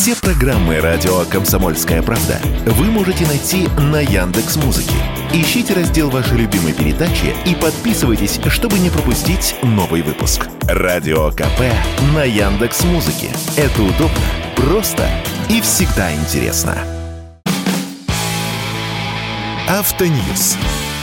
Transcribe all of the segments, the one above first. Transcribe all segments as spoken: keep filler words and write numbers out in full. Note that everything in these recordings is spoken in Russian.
Все программы радио «Комсомольская правда» вы можете найти на Яндекс.Музыке. Ищите раздел вашей любимой передачи и подписывайтесь, чтобы не пропустить новый выпуск. Радио КП на Яндекс.Музыке. Это удобно, просто и всегда интересно. Автоньюз.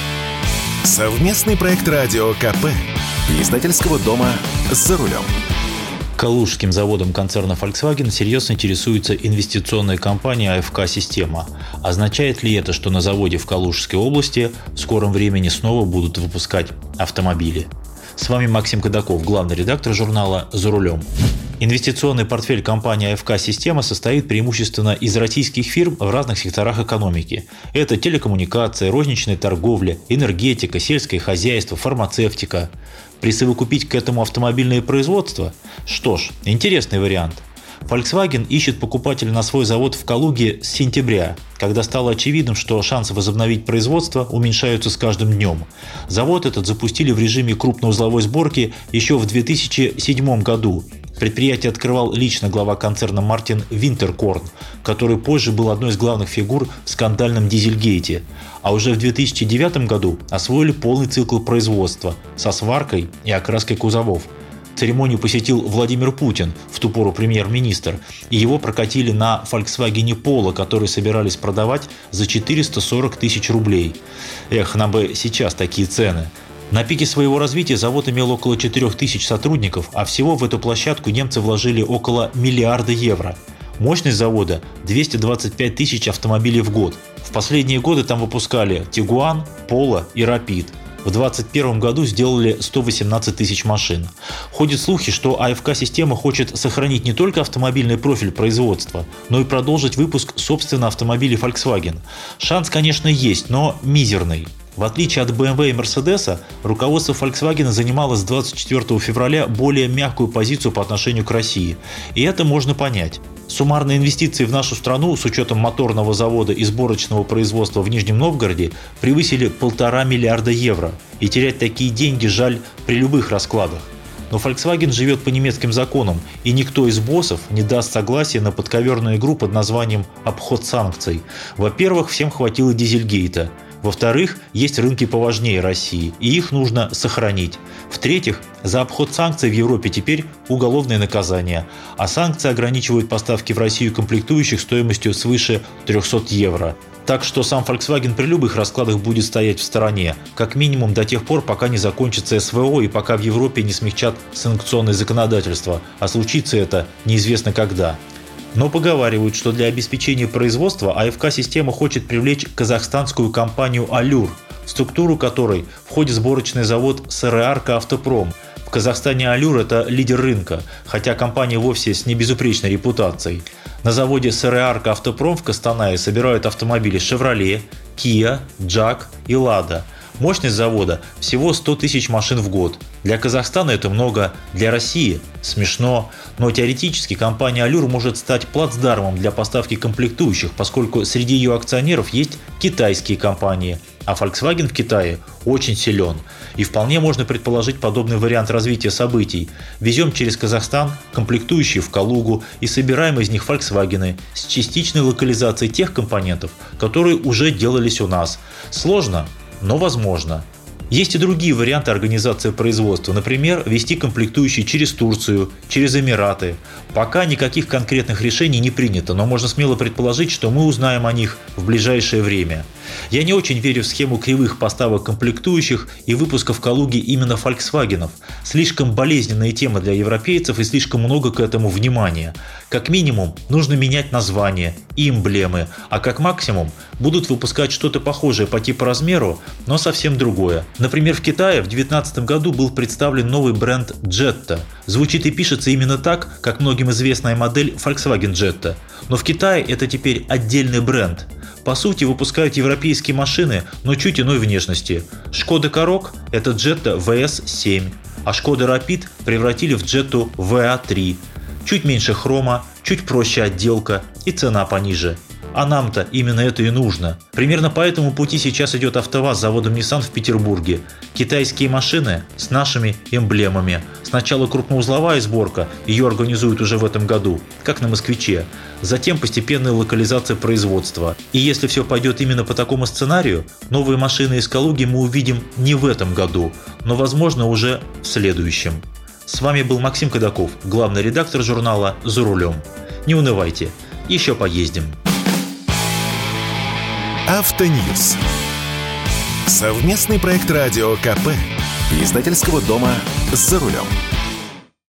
Совместный проект радио КП. Издательского дома «За рулем». Калужским заводом концерна Volkswagen всерьез интересуется инвестиционная компания АФК «Система». Означает ли это, что на заводе в Калужской области в скором времени снова будут выпускать автомобили? С вами Максим Кадаков, главный редактор журнала «За рулем». Инвестиционный портфель компании АФК «Система» состоит преимущественно из российских фирм в разных секторах экономики. Это телекоммуникация, розничная торговля, энергетика, сельское хозяйство, фармацевтика. Присовокупить к этому автомобильное производство? Что ж, интересный вариант. Volkswagen ищет покупателя на свой завод в Калуге с сентября, когда стало очевидным, что шансы возобновить производство уменьшаются с каждым днем. Завод этот запустили в режиме крупноузловой сборки еще в две тысячи седьмом году. Предприятие открывал лично глава концерна Мартин Винтеркорн, который позже был одной из главных фигур в скандальном Дизельгейте. А уже в две тысячи девятом году освоили полный цикл производства со сваркой и окраской кузовов. Церемонию посетил Владимир Путин, в ту пору премьер-министр, и его прокатили на Volkswagen Polo, который собирались продавать за четыреста сорок тысяч рублей. Эх, нам бы сейчас такие цены. На пике своего развития завод имел около четырёх тысяч сотрудников, а всего в эту площадку немцы вложили около миллиарда евро. Мощность завода – двести двадцать пять тысяч автомобилей в год. В последние годы там выпускали Tiguan, Polo и Rapid. В две тысячи двадцать первом году сделали сто восемнадцать тысяч машин. Ходят слухи, что АФК «Система» хочет сохранить не только автомобильный профиль производства, но и продолжить выпуск собственно автомобилей Volkswagen. Шанс, конечно, есть, но мизерный. В отличие от бэ эм вэ и Mercedes, руководство Volkswagen занимало с двадцать четвёртого февраля более мягкую позицию по отношению к России. И это можно понять. Суммарные инвестиции в нашу страну с учетом моторного завода и сборочного производства в Нижнем Новгороде превысили полтора миллиарда евро. И терять такие деньги жаль при любых раскладах. Но Volkswagen живет по немецким законам, и никто из боссов не даст согласия на подковерную игру под названием «обход санкций». Во-первых, всем хватило Дизельгейта. Во-вторых, есть рынки поважнее России, и их нужно сохранить. В-третьих, за обход санкций в Европе теперь уголовное наказание, а санкции ограничивают поставки в Россию комплектующих стоимостью свыше трехсот евро. Так что сам Volkswagen при любых раскладах будет стоять в стороне, как минимум до тех пор, пока не закончится эс вэ о и пока в Европе не смягчат санкционное законодательство, а случится это неизвестно когда. Но поговаривают, что для обеспечения производства АФК «Система» хочет привлечь казахстанскую компанию «Алюр», в структуру которой входит сборочный завод СРАРКа «Автопром». В Казахстане «Алюр» – это лидер рынка, хотя компания вовсе с небезупречной репутацией. На заводе СРАРКа «Автопром» в Костанае собирают автомобили Chevrolet, Kia, Jack и Lada. Мощность завода всего сто тысяч машин в год. Для Казахстана это много, для России смешно, но теоретически компания «Алюр» может стать плацдармом для поставки комплектующих, поскольку среди ее акционеров есть китайские компании, а Volkswagen в Китае очень силен. И вполне можно предположить подобный вариант развития событий. Везем через Казахстан комплектующие в Калугу и собираем из них Volkswagen с частичной локализацией тех компонентов, которые уже делались у нас. Сложно, но возможно. Есть и другие варианты организации производства, например, вести комплектующие через Турцию, через Эмираты. Пока никаких конкретных решений не принято, но можно смело предположить, что мы узнаем о них в ближайшее время. Я не очень верю в схему кривых поставок комплектующих и выпуска в Калуге именно Volkswagen'ов. Слишком болезненная тема для европейцев и слишком много к этому внимания. Как минимум, нужно менять название и эмблемы, а как максимум будут выпускать что-то похожее по типу размеру, но совсем другое. Например, в Китае в две тысячи девятнадцатом году был представлен новый бренд Jetta. Звучит и пишется именно так, как многим известная модель Volkswagen Jetta. Но в Китае это теперь отдельный бренд. По сути, выпускают европейские машины, но чуть иной внешности. Шкода Корок – это Jetta вэ эс семь, а Шкода Rapid превратили в Jetta вэ а три. Чуть меньше хрома, чуть проще отделка и цена пониже. А нам-то именно это и нужно. Примерно по этому пути сейчас идет АвтоВАЗ с заводом Nissan в Петербурге. Китайские машины с нашими эмблемами. Сначала крупноузловая сборка, ее организуют уже в этом году, как на «Москвиче». Затем постепенная локализация производства. И если все пойдет именно по такому сценарию, новые машины из Калуги мы увидим не в этом году, но, возможно, уже в следующем. С вами был Максим Кадаков, главный редактор журнала «За рулем». Не унывайте, еще поездим. Автоньюз. Совместный проект радио ка пэ и издательского дома «За рулем».